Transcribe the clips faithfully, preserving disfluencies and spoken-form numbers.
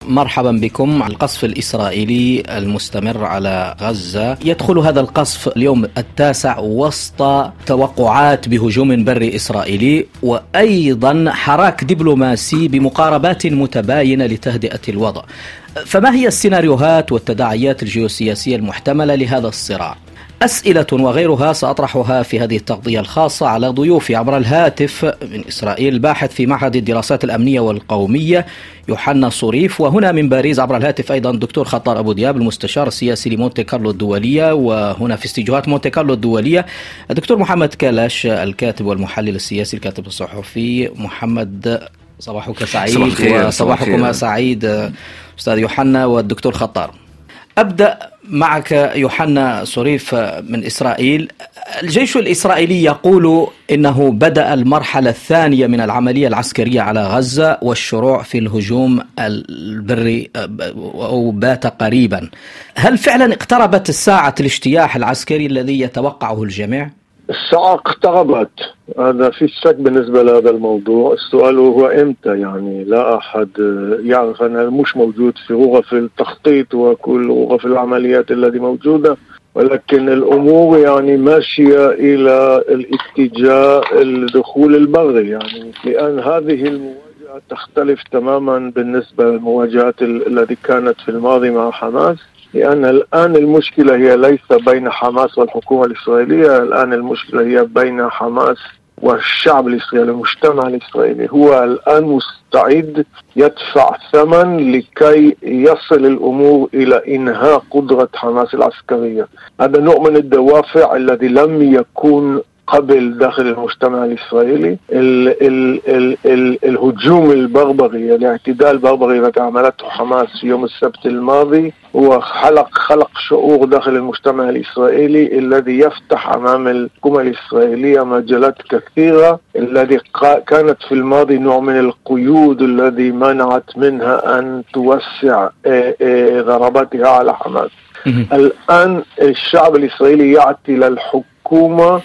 مرحبا بكم. القصف الإسرائيلي المستمر على غزة، يدخل هذا القصف اليوم التاسع وسط توقعات بهجوم بري إسرائيلي وأيضا حراك دبلوماسي بمقاربات متباينة لتهدئة الوضع. فما هي السيناريوهات والتداعيات الجيوسياسية المحتملة لهذا الصراع؟ أسئلة وغيرها سأطرحها في هذه التغطية الخاصة على ضيوفي عبر الهاتف. من إسرائيل الباحث في معهد الدراسات الأمنية والقومية يوحنا صريف، وهنا من باريس عبر الهاتف أيضا الدكتور خطار أبو دياب المستشار السياسي لمونتي كارلو الدولية، وهنا في استديوهات مونتي كارلو الدولية الدكتور محمد كالاش الكاتب والمحلل السياسي الكاتب الصحفي. محمد صباحك سعيد. وصباحكما سعيد أستاذ يوحنا والدكتور خطار. أبدأ معك يوحنا صريف من إسرائيل. الجيش الإسرائيلي يقول إنه بدأ المرحلة الثانية من العملية العسكرية على غزة والشروع في الهجوم البري أو بات قريبا. هل فعلا اقتربت الساعة الاجتياح العسكري الذي يتوقعه الجميع؟ الساعة اقتربت، هذا في شك بالنسبة لهذا الموضوع. السؤال هو إمتى؟ يعني لا أحد يعرف، أنه مش موجود في غرف التخطيط وكل غرف العمليات التي موجودة، ولكن الأمور يعني ماشية إلى الاتجاه الدخول البري، يعني لأن هذه المواجهة تختلف تماما بالنسبة للمواجهات التي كانت في الماضي مع حماس، لأن الآن المشكلة هي ليس بين حماس والحكومة الإسرائيلية، الآن المشكلة هي بين حماس والشعب الإسرائيلي. المجتمع الإسرائيلي هو الآن مستعد يدفع ثمن لكي يصل الأمور إلى إنهاء قدرة حماس العسكرية. هذا نوع من الدوافع الذي لم يكون قبل داخل المجتمع الإسرائيلي. ال ال ال ال الهجوم البربري، الاعتداء البربري الذي عملته حماس في يوم السبت الماضي هو خلق خلق شعور داخل المجتمع الإسرائيلي الذي يفتح أمام الحكومة الإسرائيلية مجالات كثيرة، الذي كانت في الماضي نوع من القيود الذي منعت منها أن توسع ضرباتها على حماس. الآن الشعب الإسرائيلي يعطي للحكومة حكومة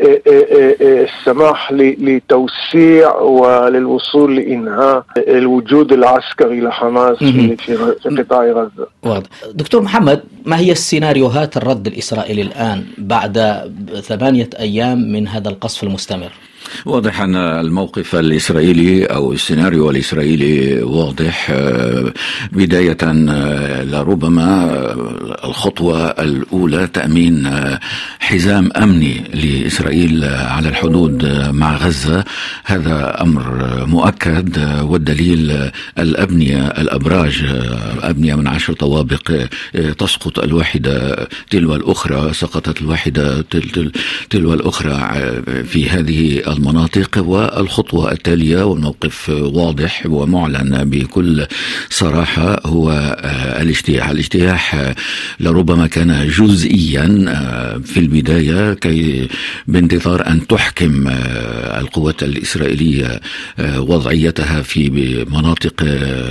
السماح لتوسيع وللوصول لإنهاء الوجود العسكري لحماس في قطاع غزة. واضح. دكتور محمد، ما هي السيناريوهات الرد الإسرائيلي الآن بعد ثمانية أيام من هذا القصف المستمر؟ واضح أن الموقف الإسرائيلي أو السيناريو الإسرائيلي واضح. بداية لربما الخطوة الأولى تأمين حزام أمني لإسرائيل على الحدود مع غزة، هذا أمر مؤكد، والدليل الأبنية الأبراج، أبنية من عشر طوابق تسقط الواحدة تلو الأخرى، سقطت الواحدة تلو الأخرى في هذه المناطق. والخطوة التالية والموقف واضح ومعلن بكل صراحة هو الاجتياح. الاجتياح لربما كان جزئيا في البداية كي بانتظار أن تحكم القوات الإسرائيلية وضعيتها في مناطق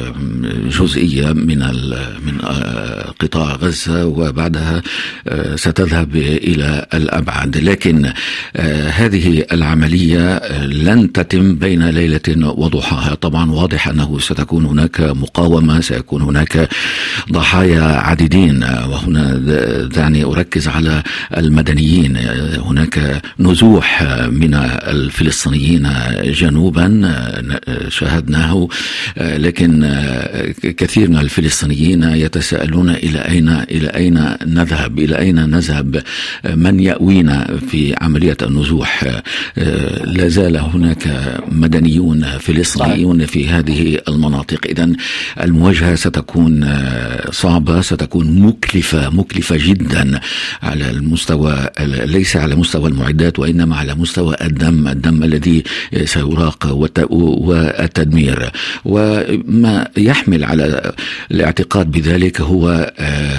جزئية من من قطاع غزة، وبعدها ستذهب إلى الأبعد. لكن هذه العملية لن تتم بين ليلة وضحاها. طبعا واضح أنه ستكون هناك مقاومة، سيكون هناك ضحايا عديدين، وهنا دعني أركز على المدنيين. هناك نزوح من الفلسطينيين جنوبا شاهدناه، لكن كثير من الفلسطينيين يتساءلون إلى أين إلى أين نذهب إلى أين نذهب من يأوينا في عملية النزوح. لا زال هناك مدنيون فلسطينيون في هذه المناطق. إذن المواجهة ستكون صعبة، ستكون مكلفة مكلفة جدا على المستوى، ليس على مستوى المعدات وإنما على مستوى الدم الدم الذي سيراق والتدمير. وما يحمل على الاعتقاد بذلك هو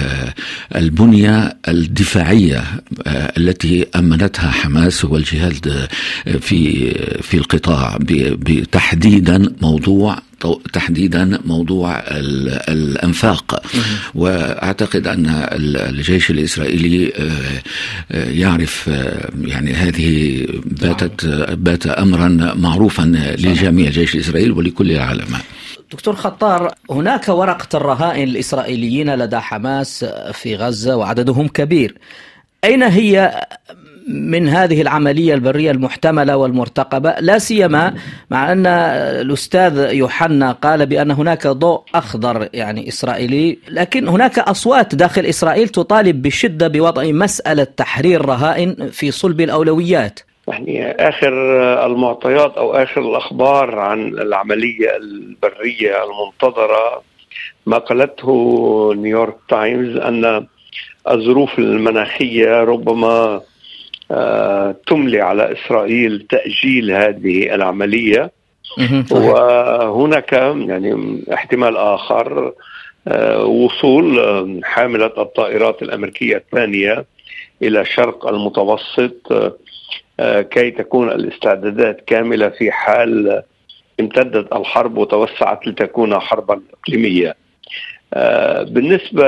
البنية الدفاعية التي أمنتها حماس والجهاد في في القطاع، بتحديدا موضوع تحديدا موضوع الأنفاق. وأعتقد أن الجيش الإسرائيلي يعرف يعني هذه باتت بات أمرا معروفا لجميع الجيش الإسرائيلي ولكل العالم. دكتور خطار، هناك ورقة الرهائن الإسرائيليين لدى حماس في غزة وعددهم كبير، أين هي من هذه العملية البرية المحتملة والمرتقبة، لا سيما مع أن الأستاذ يوحنا قال بأن هناك ضوء أخضر يعني إسرائيلي، لكن هناك أصوات داخل إسرائيل تطالب بشدة بوضع مسألة تحرير رهائن في صلب الأولويات. يعني آخر المعطيات أو آخر الأخبار عن العملية البرية المنتظرة ما قالته نيويورك تايمز أن الظروف المناخية ربما تملي على إسرائيل تأجيل هذه العملية، وهناك يعني احتمال آخر وصول حاملة الطائرات الأمريكية الثانية إلى شرق المتوسط كي تكون الاستعدادات كاملة في حال امتدت الحرب وتوسعت لتكون حربا إقليمية. بالنسبة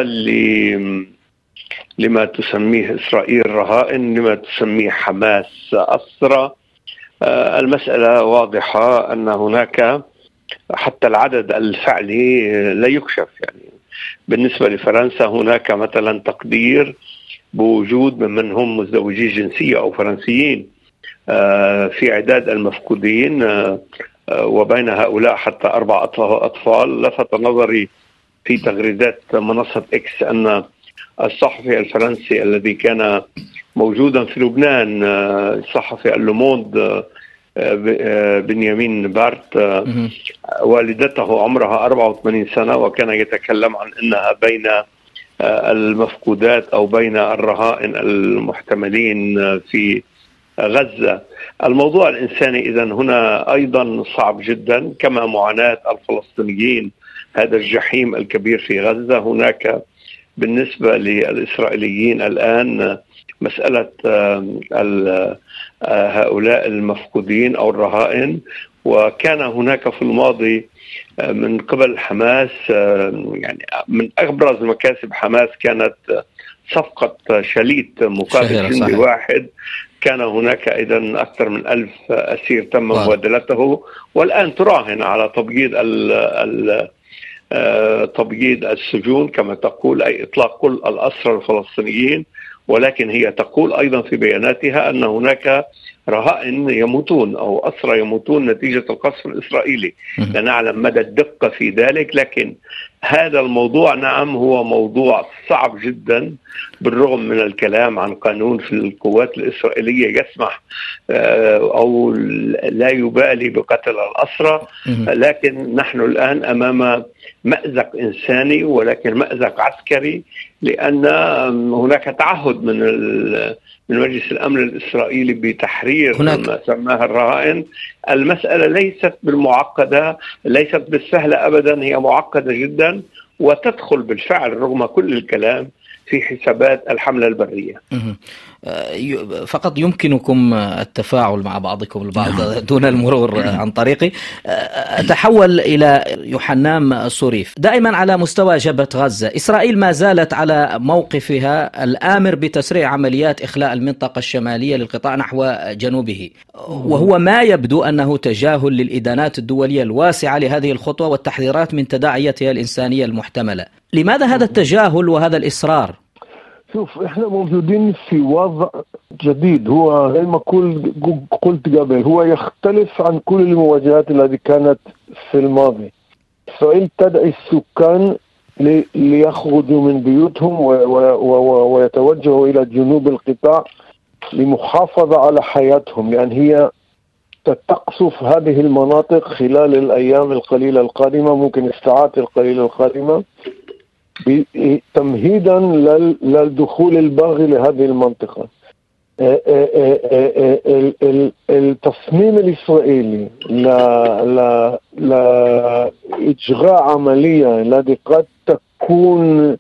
لما تسميه إسرائيل رهائن، لما تسميه حماس أسرى، المسألة واضحة أن هناك حتى العدد الفعلي لا يكشف. يعني بالنسبة لفرنسا هناك مثلا تقدير بوجود من هم مزدوجي الجنسية أو فرنسيين في عداد المفقودين، وبين هؤلاء حتى أربع أطفال. لفت نظري في تغريدات منصة إكس أن الصحفي الفرنسي الذي كان موجودا في لبنان، الصحفي اللوموند بنيامين بارت، والدته عمرها أربعة وثمانين سنة، وكان يتكلم عن أنها بين المفقودات أو بين الرهائن المحتملين في غزة. الموضوع الإنساني إذن هنا أيضا صعب جدا، كما معاناة الفلسطينيين هذا الجحيم الكبير في غزة. هناك بالنسبة للإسرائيليين الآن مسألة هؤلاء المفقودين أو الرهائن، وكان هناك في الماضي من قبل حماس يعني من أبرز مكاسب حماس كانت صفقة شليت مقابل جندي واحد. كان هناك أيضا أكثر من ألف أسير تم مبادلته، والآن تراهن على تبييض ال تبييض السجون كما تقول، أي إطلاق كل الأسرى الفلسطينيين. ولكن هي تقول أيضا في بياناتها أن هناك رهائن يموتون أو أسرى يموتون نتيجة القصف الإسرائيلي. لا نعلم مدى الدقة في ذلك، لكن هذا الموضوع نعم هو موضوع صعب جدا، بالرغم من الكلام عن قانون في القوات الإسرائيلية يسمح أو لا يبالي بقتل الأسرى. لكن نحن الآن أمام مأزق إنساني ولكن مأزق عسكري، لأن هناك تعهد من من مجلس الأمن الإسرائيلي بتحرير ما سماها الرهائن. المسألة ليست بالمعقدة، ليست بالسهلة أبدا، هي معقدة جدا وتدخل بالفعل رغم كل الكلام في حسابات الحملة البرية. فقط يمكنكم التفاعل مع بعضكم البعض دون المرور عن طريقي. أتحول إلى يوحنام صوريف. دائما على مستوى جبهة غزة، إسرائيل ما زالت على موقفها الآمر بتسريع عمليات إخلاء المنطقة الشمالية للقطاع نحو جنوبه، وهو ما يبدو أنه تجاهل للإدانات الدولية الواسعة لهذه الخطوة والتحذيرات من تداعياتها الإنسانية المحتملة. لماذا هذا التجاهل وهذا الإصرار؟ شوف، احنا موجودين في وضع جديد، هو زي ما قلت قبل، هو يختلف عن كل المواجهات التي كانت في الماضي. إسرائيل تدعي السكان ليخرجوا من بيوتهم ويتوجهوا إلى جنوب القطاع لمحافظة على حياتهم، لأن هي تقصف هذه المناطق خلال الأيام القليلة القادمة، ممكن الساعات القليلة القادمة، تمهيدا للدخول الباغي لهذه المنطقة. التصميم الإسرائيلي لإجراء عملية التي قد تكون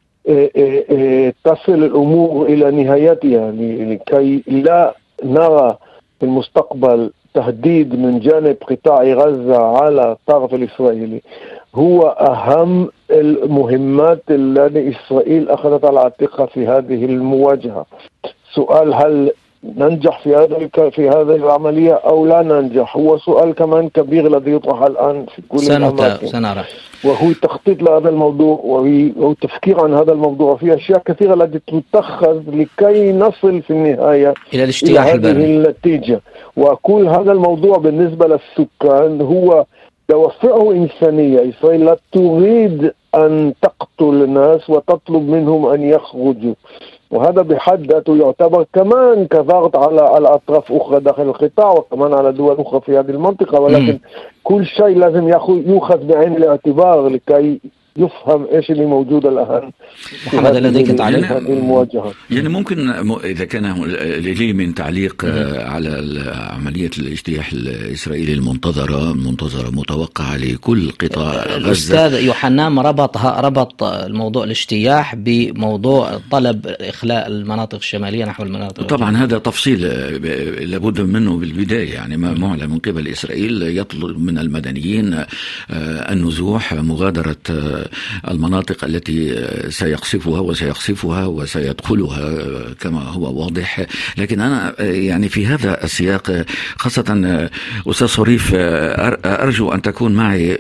تصل الأمور إلى نهايتها لكي لا نرى في المستقبل التهديد من جانب قطاع غزة على الطرف الإسرائيلي هو أهم المهمات التي إسرائيل أخذت على عاتقها في هذه المواجهة. سؤال هل ننجح في هذا في هذه العملية أو لا ننجح هو سؤال كمان كبير الذي يطرح الآن في كل الأماكن، سنرى. وهو التخطيط لهذا الموضوع وهو التفكير عن هذا الموضوع. في أشياء كثيرة التي تتخذ لكي نصل في النهاية إلى الاجتياح البري. هذه النتيجة. وكل هذا الموضوع بالنسبة للسكان هو دوافعه إنسانية. إسرائيل لا تريد أن تقتل الناس وتطلب منهم أن يخرجوا، وهذا بحد ذاته يعتبر كمان كضغط على على أطراف أخرى داخل القطاع وكمان على دول أخرى في هذه المنطقة. ولكن م. كل شيء لازم يأخذ بعين الاعتبار لكي يفهم ايش اللي موجود الان. محمد لديك تعليق؟ يعني المواجهه يعني ممكن اذا كان لي من تعليق على عمليه الاجتياح الاسرائيلي المنتظره المنتظره متوقعه لكل قطاع غزه. الاستاذ يوحنام ربطها ربط الموضوع الاجتياح بموضوع طلب اخلاء المناطق الشماليه نحو المناطق. طبعا هذا تفصيل لابد منه بالبدايه، يعني ما معلن من قبل اسرائيل يطلب من المدنيين النزوح، مغادره المناطق التي سيقصفها وسيقصفها وسيدخلها كما هو واضح. لكن أنا يعني في هذا السياق خاصة أستاذ صريف أرجو أن تكون معي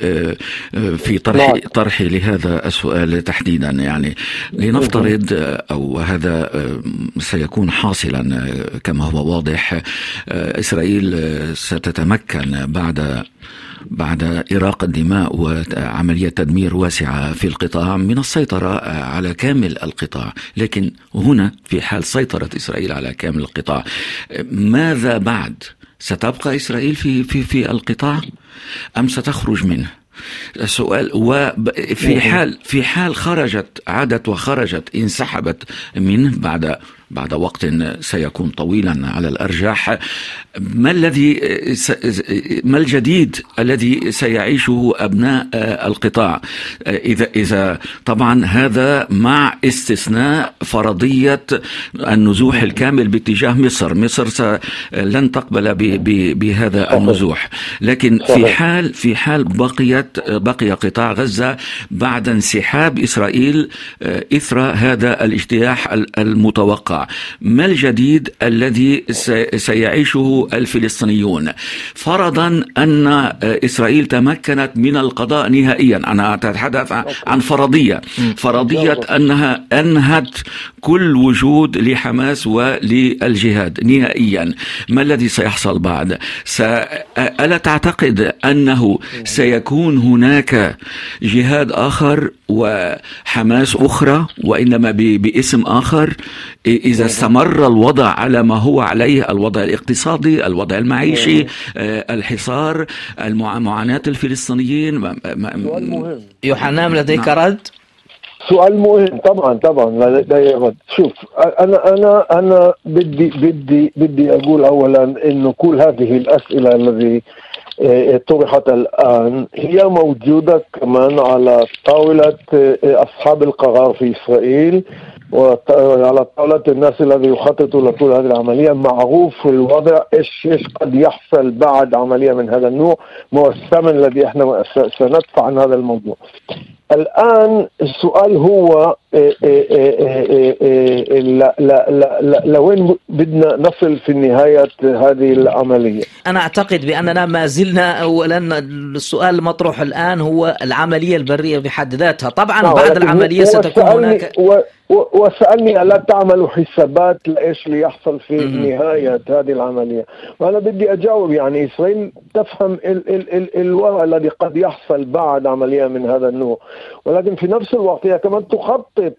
في طرح طرحي لهذا السؤال تحديدا. يعني لنفترض أو هذا سيكون حاصلا كما هو واضح، إسرائيل ستتمكن بعد بعد إراقة الدماء وعملية تدمير واسعة في القطاع من السيطرة على كامل القطاع. لكن هنا في حال سيطرة إسرائيل على كامل القطاع، ماذا بعد؟ ستبقى إسرائيل في في في القطاع أم ستخرج منه؟ السؤال. وفي حال في حال خرجت عادت وخرجت انسحبت منه بعد بعد وقت سيكون طويلا على الأرجح، ما الذي ما الجديد الذي سيعيشه أبناء القطاع؟ إذا إذا طبعا هذا مع استثناء فرضية النزوح الكامل باتجاه مصر. مصر لن تقبل بهذا النزوح. لكن في حال في حال بقيت بقي قطاع غزة بعد انسحاب إسرائيل إثر هذا الاجتياح المتوقع، ما الجديد الذي سيعيشه الفلسطينيون فرضا أن إسرائيل تمكنت من القضاء نهائيا؟ أنا أتحدث عن فرضية فرضية أنها أنهت كل وجود لحماس وللجهاد نهائيا. ما الذي سيحصل بعد؟ ألا تعتقد أنه سيكون هناك جهاد آخر وحماس أخرى وإنما باسم آخر إذا استمر الوضع على ما هو عليه، الوضع الاقتصادي، الوضع المعيشي، الحصار، معاناة الفلسطينيين؟ سؤال مهم. يوحنام لديك رد؟ سؤال مهم طبعا طبعا لدي رد. شوف أنا أنا أنا بدي بدي بدي أقول أولا إنه كل هذه الأسئلة التي طرحت الآن هي موجودة كمان على طاولة أصحاب القرار في إسرائيل وعلى طاولة الناس الذي يخططوا لطول هذه العملية. معروف في الوضع إيش إيش قد يحصل بعد عملية من هذا النوع، ما هو الثمن الذي إحنا سندفع عن هذا الموضوع. الآن السؤال هو إيه إيه إيه إيه لا لا لا لا لوين بدنا نصل في نهاية هذه العملية؟ أنا أعتقد بأننا ما زلنا أولا السؤال المطروح الآن هو العملية البرية بحد ذاتها. طبعا بعد العملية ستكون هناك و وسألني ألا تعملوا حسابات لإيش اللي يحصل في م- نهاية هذه العملية؟ وأنا بدي أجاوب. يعني إسرائيل تفهم ال ال ال الوضع الذي قد يحصل بعد عملية من هذا النوع، ولكن في نفس الوقت هي كمان تخطط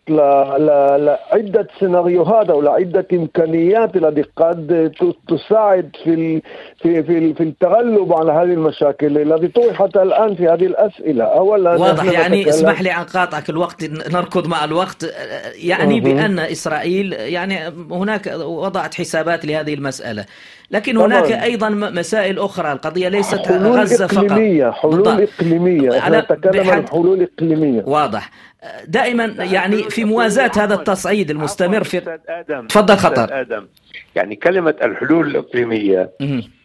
لعدة سيناريوهات أو لعدة إمكانيات التي قد تساعد في في في في التغلب على هذه المشاكل التي طرحت الآن في هذه الأسئلة. أولا واضح يعني اسمح لي أن قاطعك الوقت نركض مع الوقت. يعني بأن إسرائيل يعني هناك وضعت حسابات لهذه المسألة، لكن هناك طبعاً أيضا مسائل أخرى. القضية ليست غزة فقط، حلول إقليمية. أنا أتكلم عن حلول إقليمية. واضح. دائما يعني في موازاة هذا التصعيد المستمر في تفضل خطر. آدم. يعني كلمة الحلول الإقليمية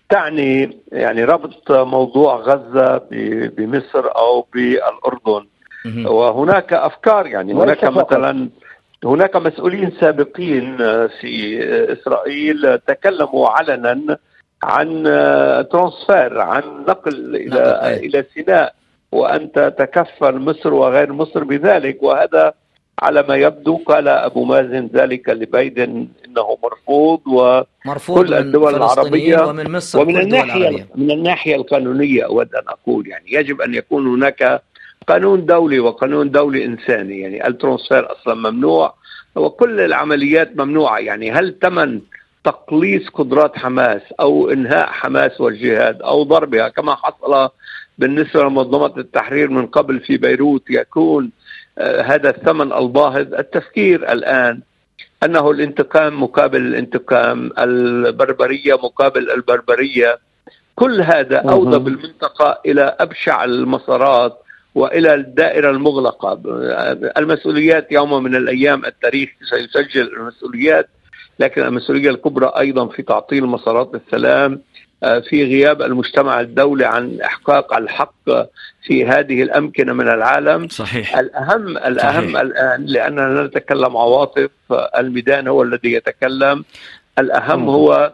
تعني يعني ربط موضوع غزة بمصر أو بالأردن. وهناك أفكار، يعني هناك مثلا هناك مسؤولين سابقين في إسرائيل تكلموا علنا عن ترانسفير، عن نقل إلى إلى سيناء، وأن تتكفل مصر وغير مصر بذلك. وهذا على ما يبدو قال أبو مازن ذلك لبايدن إنه مرفوض، وكل الدول العربية ومن مصر ومن الناحية من الناحية القانونية أود أن أقول يعني يجب أن يكون هناك قانون دولي وقانون دولي إنساني. يعني الترانسفير أصلا ممنوع وكل العمليات ممنوعة. يعني هل ثمن تقليص قدرات حماس أو إنهاء حماس والجهاد أو ضربها كما حصل بالنسبة لمنظمة التحرير من قبل في بيروت يكون آه هذا الثمن الباهظ؟ التفكير الآن أنه الانتقام مقابل الانتقام، البربرية مقابل البربرية، كل هذا أوضى بالمنطقة إلى أبشع المسارات وإلى الدائرة المغلقة. المسؤوليات يوم من الأيام التاريخ سيسجل المسؤوليات، لكن المسؤولية الكبرى أيضا في تعطيل مسارات السلام، في غياب المجتمع الدولي عن إحقاق الحق في هذه الأمكنة من العالم. صحيح. الأهم الأهم صحيح. الآن لأننا لا نتكلم عواطف، الميدان هو الذي يتكلم. الأهم هو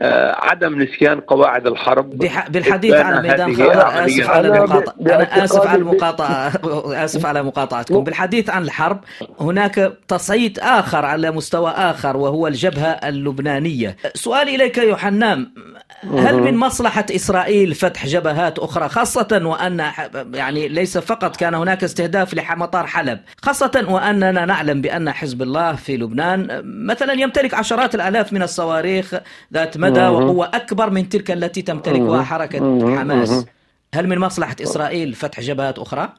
عدم نسيان قواعد الحرب. بالحديث عن الميدان أنا آسف على المقاطعة أنا آسف على المقاطعة آسف على مقاطعتكم. بالحديث عن الحرب هناك تصعيد آخر على مستوى آخر وهو الجبهة اللبنانية. سؤالي إليك يوحنان، هل من مصلحة إسرائيل فتح جبهات أخرى، خاصة وأن يعني ليس فقط كان هناك استهداف لمطار حلب، خاصة وأننا نعلم بأن حزب الله في لبنان مثلا يمتلك عشرات الآلاف من الصواريخ ذات مدى وقوة أكبر من تلك التي تمتلكها حركة حماس؟ هل من مصلحة إسرائيل فتح جبهات أخرى؟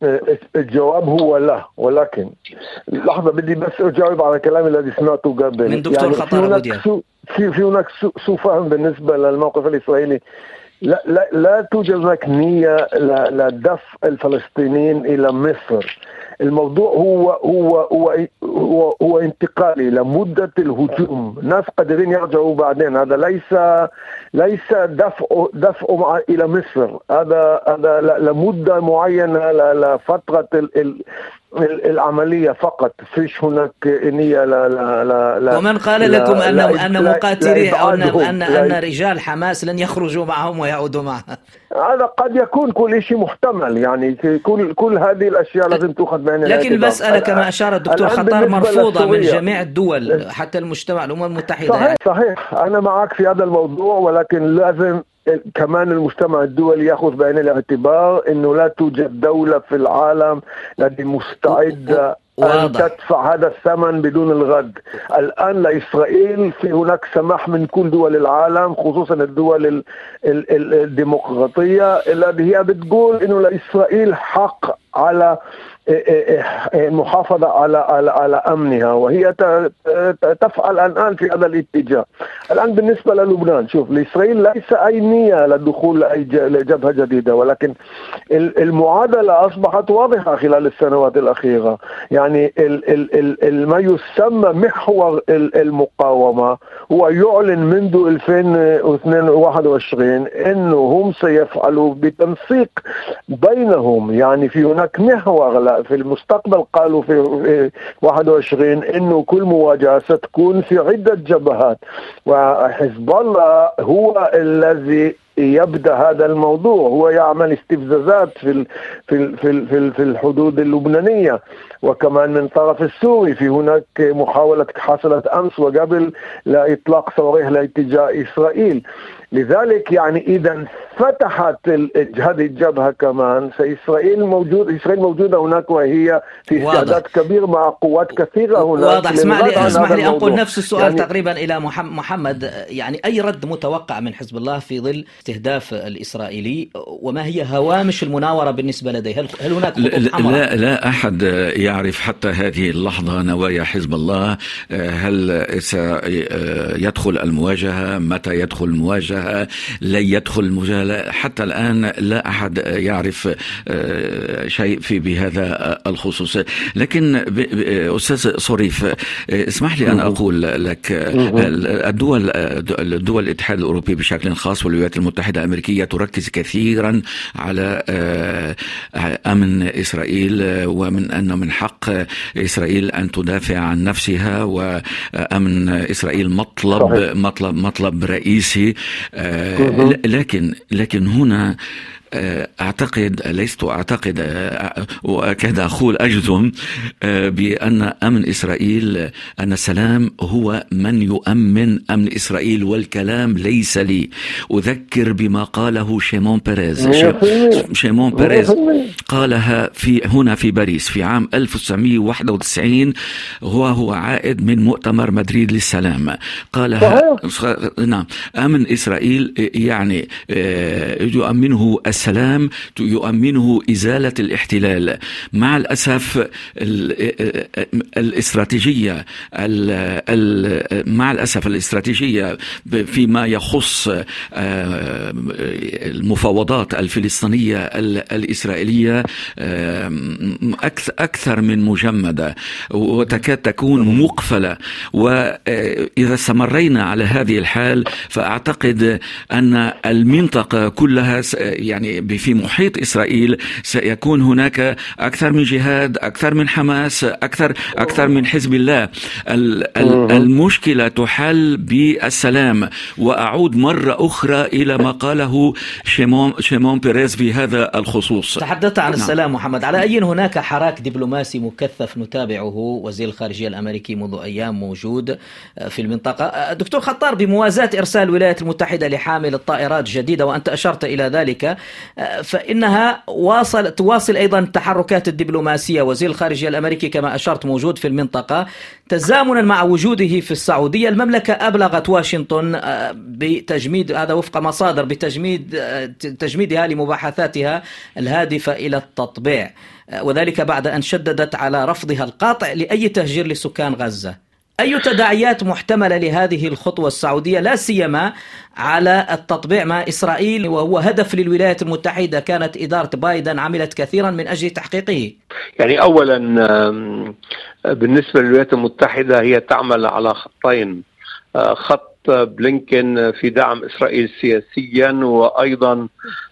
الجواب هو لا، ولكن لحظة بدي بس أجاوب على كلام الذي سمعته قبل من دكتور يعني خطر أبو دياب. في في هناك سوء فهم بالنسبة للموقف الإسرائيلي. لا لا لا توجد هناك نية لدفع الفلسطينيين إلى مصر. الموضوع هو هو هو هو, هو انتقالي لمدة الهجوم. ناس قادرين يرجعوا بعدين. هذا ليس ليس دفع دفع إلى مصر. هذا هذا لمدة معينة لفترة ال ال العملية فقط. فيش هناك نية لا لا لا لا. ومن قال لا لكم أن لا أن مقاتلي أو أن أن, أن رجال حماس لن يخرجوا معهم ويعودوا معها؟ هذا قد يكون كل شيء محتمل. يعني كل كل هذه الأشياء لازم تأخذ بعين الاعتبار. لكن المسألة كما أشار الدكتور خطر مرفوضة من جميع الدول حتى المجتمع الأمم المتحدة. صحيح صحيح أنا معك في هذا الموضوع، ولكن لازم كمان المجتمع الدولي يأخذ بعين الاعتبار أنه لا توجد دولة في العالم التي مستعدة أن تدفع هذا الثمن بدون الغد. الآن لإسرائيل في هناك سماح من كل دول العالم، خصوصا الدول الديمقراطية التي هي بتقول أنه لإسرائيل حق على المحافظة على على على أمنها، وهي تفعل الآن في هذا الاتجاه. الآن بالنسبة للبنان، شوف لإسرائيل ليس أي نية للدخول لجبهة جديدة، ولكن المعادلة أصبحت واضحة خلال السنوات الأخيرة. يعني ال ال ما يسمى محور المقاومة هو يعلن منذ ألفين وواحد وعشرين أنه هم سيفعلوا بتنسيق بينهم. يعني في هناك محور في المستقبل، قالوا في واحد وعشرين انه كل مواجهة ستكون في عدة جبهات، وحزب الله هو الذي يبدأ هذا الموضوع. هو يعمل استفزازات في في في في الحدود اللبنانية، وكمان من طرف السوري في هناك محاولة حصلت أمس وقبل لإطلاق صواريخ لاتجاه إسرائيل. لذلك يعني إذا فتحت هذه الجبهة كمان سإسرائيل موجود إسرائيل موجودة هناك، وهي في استعداد كبير مع قوات كثيرة هناك. واضح. اسمح لي اسمح لي أنقل نفس السؤال يعني تقريبا إلى محمد. يعني أي رد متوقع من حزب الله في ظل استهداف الإسرائيلي، وما هي هوامش المناورة بالنسبة لديه؟ هل هل هناك خطوط حمراء؟ لا لا أحد يعرف حتى هذه اللحظة نوايا حزب الله. هل سيدخل المواجهة؟ متى يدخل المواجهة؟ نفسها لا يدخل المجال. حتى الآن لا أحد يعرف شيء في بهذا الخصوص. لكن أستاذ صريف، اسمح لي أن أقول لك الدول الدول الاتحاد الأوروبي بشكل خاص والولايات المتحدة الأمريكية تركز كثيرا على أمن إسرائيل، ومن أنه من حق إسرائيل أن تدافع عن نفسها، وأمن إسرائيل مطلب مطلب مطلب رئيسي. لكن لكن هنا أعتقد لست أعتقد وأكاد أقول أجزم بأن أمن إسرائيل، أن السلام هو من يؤمن أمن إسرائيل، والكلام ليس لي. أذكر بما قاله شيمون بيريز. شيمون بيريز قالها في هنا في باريس في عام ألف وتسعمائة وواحد وتسعين، هو هو عائد من مؤتمر مدريد للسلام. قالها نعم، أمن إسرائيل يعني يؤمنه السلام، يؤمنه إزالة الاحتلال. مع الأسف الاستراتيجية مع الأسف الاستراتيجية فيما يخص المفاوضات الفلسطينية الإسرائيلية أكثر من مجمدة، وتكاد تكون مقفلة. وإذا استمرينا على هذه الحال فأعتقد أن المنطقة كلها يعني في محيط إسرائيل سيكون هناك أكثر من جهاد، أكثر من حماس، أكثر أكثر من حزب الله. المشكلة تحل بالسلام. وأعود مرة أخرى إلى ما قاله شيمون شيمون بيريز في هذا الخصوص. تحدثت عن السلام محمد، على أي هناك حراك دبلوماسي مكثف نتابعه، وزير الخارجية الأمريكي منذ أيام موجود في المنطقة. دكتور خطار، بموازاة إرسال الولايات المتحدة لحامل الطائرات جديدة، وأنت أشرت إلى ذلك، فإنها واصل تواصل أيضا التحركات الدبلوماسية. وزير الخارجية الأمريكي كما أشرت موجود في المنطقة تزامنا مع وجوده في السعودية. المملكة أبلغت واشنطن بتجميد، هذا وفق مصادر، بتجميد تجميدها لمباحثاتها الهادفة إلى التطبيع، وذلك بعد أن شددت على رفضها القاطع لأي تهجير لسكان غزة. أي تداعيات محتملة لهذه الخطوة السعودية، لا سيما على التطبيع مع إسرائيل، وهو هدف للولايات المتحدة كانت إدارة بايدن عملت كثيرا من أجل تحقيقه؟ يعني أولا بالنسبة للولايات المتحدة هي تعمل على خطين: خط بلينكن في دعم إسرائيل سياسيا، وأيضا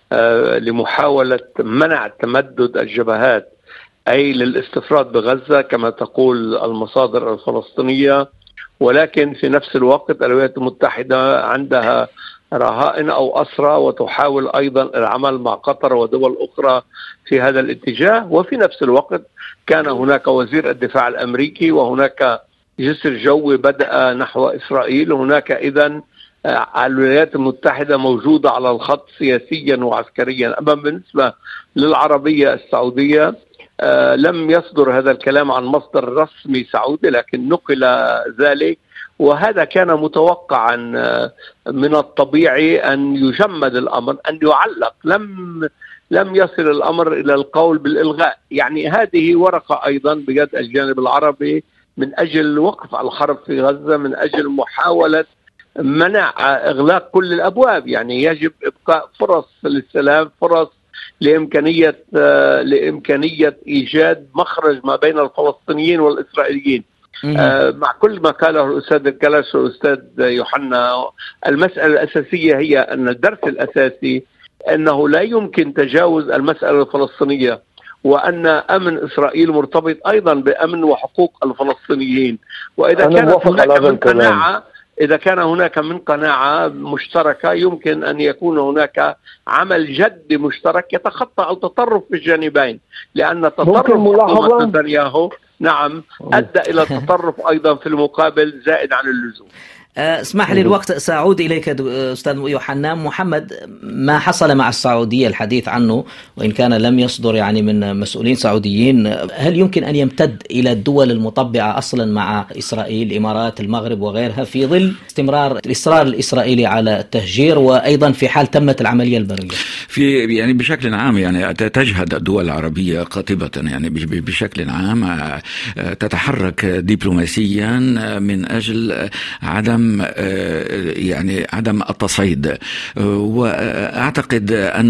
لمحاولة منع تمدد الجبهات، أي للاستفراد بغزة كما تقول المصادر الفلسطينية. ولكن في نفس الوقت الولايات المتحدة عندها رهائن أو أسرى، وتحاول أيضا العمل مع قطر ودول أخرى في هذا الاتجاه. وفي نفس الوقت كان هناك وزير الدفاع الأمريكي، وهناك جسر جوي بدأ نحو إسرائيل. هناك إذن الولايات المتحدة موجودة على الخط سياسيا وعسكريا. أما بالنسبة للعربية السعودية، آه لم يصدر هذا الكلام عن مصدر رسمي سعودي، لكن نقل ذلك، وهذا كان متوقعا. آه من الطبيعي أن يجمد الأمر، أن يعلق. لم لم يصل الأمر إلى القول بالإلغاء. يعني هذه ورقة أيضا بيد الجانب العربي من أجل وقف الحرب في غزة، من أجل محاولة منع إغلاق كل الأبواب. يعني يجب إبقاء فرص للسلام، فرص لإمكانية لإمكانية إيجاد مخرج ما بين الفلسطينيين والإسرائيليين. آه مع كل ما قاله الأستاذ الكلاش والأستاذ يوحنا، المسألة الأساسية هي أن الدرس الأساسي أنه لا يمكن تجاوز المسألة الفلسطينية، وأن أمن إسرائيل مرتبط أيضا بأمن وحقوق الفلسطينيين. وإذا كانت هناك من قناعة إذا كان هناك من قناعة مشتركة، يمكن أن يكون هناك عمل جد مشترك يتخطى التطرف في الجانبين، لأن تطرف حكومة نتنياهو نعم أدى إلى التطرف أيضا في المقابل زائد عن اللزوم. اسمح لي الوقت، سأعود إليك أستاذ يوحنا. محمد، ما حصل مع السعودية الحديث عنه وإن كان لم يصدر يعني من مسؤولين سعوديين، هل يمكن أن يمتد إلى الدول المطبعة أصلا مع إسرائيل، الإمارات، المغرب وغيرها، في ظل استمرار الإصرار الإسرائيلي على التهجير، وأيضا في حال تمت العملية البرية؟ في يعني بشكل عام يعني تجهد الدول العربية قاطبة يعني بشكل عام تتحرك دبلوماسيا من أجل عدم عدم يعني عدم التصعيد. وأعتقد أن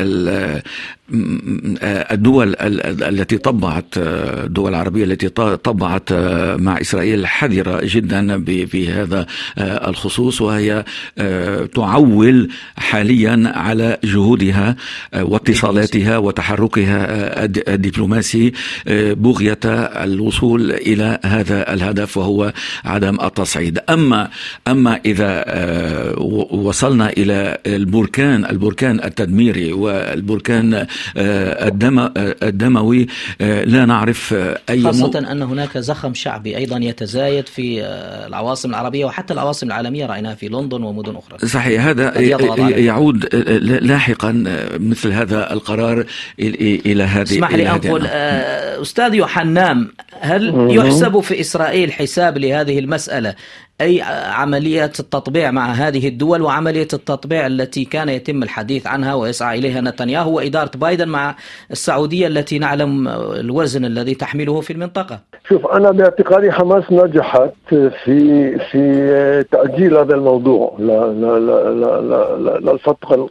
الدول التي طبعت الدول العربية التي طبعت مع إسرائيل حذرة جدا في هذا الخصوص، وهي تعول حاليا على جهودها واتصالاتها وتحركها الدبلوماسي بغية الوصول إلى هذا الهدف وهو عدم التصعيد. أما أما إذا وصلنا إلى البركان البركان التدميري والبركان الدموي لا نعرف أي خاصة م... أن هناك زخم شعبي أيضا يتزايد في العواصم العربية وحتى العواصم العالمية، رأيناها في لندن ومدن أخرى. صحيح، هذا يعود لاحقا مثل هذا القرار إلى هذه. اسمح لي أقول أستاذ يوحنام، هل يحسب في إسرائيل حساب لهذه المسألة، أي عملية التطبيع مع هذه الدول وعملية التطبيع التي كان يتم الحديث عنها ويسعى إليها نتنياهو وإدارة بايدن مع السعودية التي نعلم الوزن الذي تحمله في المنطقة؟ شوف، أنا باعتقادي حماس نجحت في في تأجيل هذا الموضوع للفترة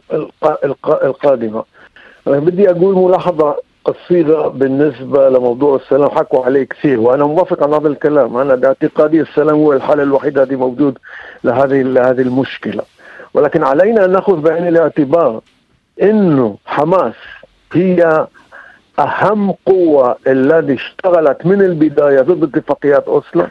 القادمة. بدي أقول ملاحظة قصيرة بالنسبة لموضوع السلام. حكوا عليه كثير وأنا موافق على هذا الكلام. أنا باعتقادي السلام هو الحل الوحيد الذي موجود لهذه لهذه المشكلة، ولكن علينا أن نأخذ بعين الاعتبار إنه حماس هي أهم قوة التي اشتغلت من البداية ضد اتفاقيات أوسلو.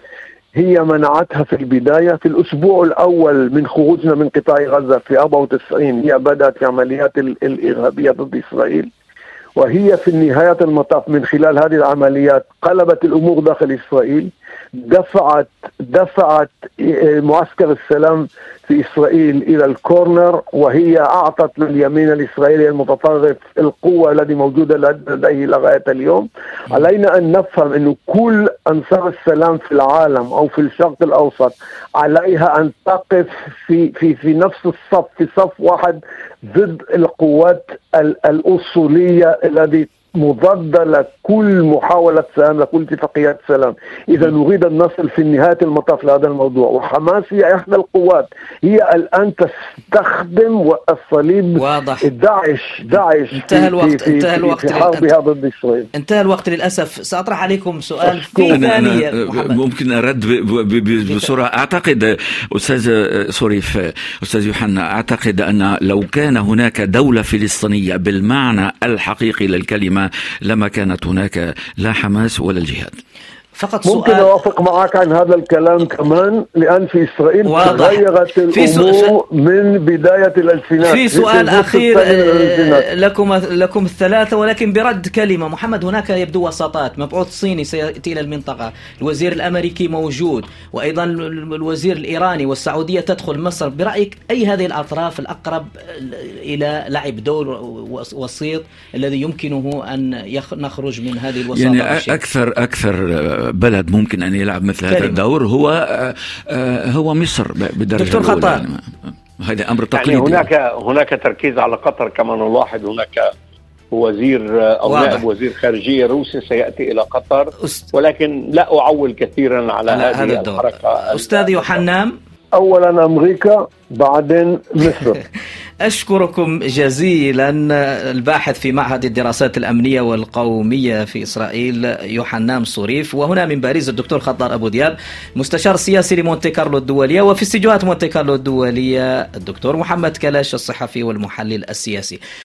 هي منعتها في البداية، في الأسبوع الأول من خروجنا من قطاع غزة في أربعة وتسعين هي بدأت في عمليات الإرهابية ضد إسرائيل، وهي في نهاية المطاف من خلال هذه العمليات قلبت الأمور داخل إسرائيل، دفعت دفعت معسكر السلام في إسرائيل إلى الكورنر، وهي أعطت لليمين الإسرائيلي المتطرف القوة التي موجودة لديه لغاية اليوم. علينا أن نفهم أن كل أنصار السلام في العالم أو في الشرق الأوسط عليها أن تقف في في في نفس الصف، في صف واحد ضد القوات الأصولية التي مضادة لكل محاولة سلام، لكل اتفاقيات سلام، إذا نريد أن نصل في نهاية المطاف لهذا الموضوع. وحماس هي إحدى القوات، هي الآن تستخدم الصليب واضح. داعش داعش انتهى الوقت في, انتهى الوقت في حربها ضد إسرائيل. انتهى الوقت للأسف. سأطرح عليكم سؤال في ثانية. ممكن أرد بسرعة. أعتقد أستاذ صريف أستاذ يوحنا، أعتقد أن لو كان هناك دولة فلسطينية بالمعنى الحقيقي للكلمة لما كانت هناك لا حماس ولا الجهاد. فقط ممكن سؤال. أوافق معك عن هذا الكلام كمان، لأن في إسرائيل تغيرت الأمور من بداية الألفينات. في سؤال أخير لكم لكم الثلاثة، ولكن برد كلمة. محمد، هناك يبدو وساطات، مبعوث صيني سيأتي إلى المنطقة، الوزير الأمريكي موجود، وأيضا الوزير الإيراني، والسعودية تدخل مصر. برأيك أي هذه الأطراف الأقرب إلى لعب دور وسيط الذي يمكنه أن نخرج من هذه الوساطة؟ يعني أكثر أكثر بلد ممكن أن يلعب مثل هذا الدور هو هو مصر بدرجة دكتور خطار. هذا أمر تقليدي. يعني هناك هناك تركيز على قطر كما نلاحظ. هناك وزير أو نائب وزير خارجية روسي سيأتي إلى قطر، ولكن لا أعول كثيرا على هذه الحركة. أستاذ يوحنام، أولا أمريكا بعدين مصر. أشكركم جزيلا الباحث في معهد الدراسات الأمنية والقومية في إسرائيل يوحنام صريف، وهنا من باريس الدكتور خضار أبو دياب مستشار سياسي لمونتي كارلو الدولية، وفي استديوهات مونتي كارلو الدولية الدكتور محمد كلاش الصحفي والمحلل السياسي.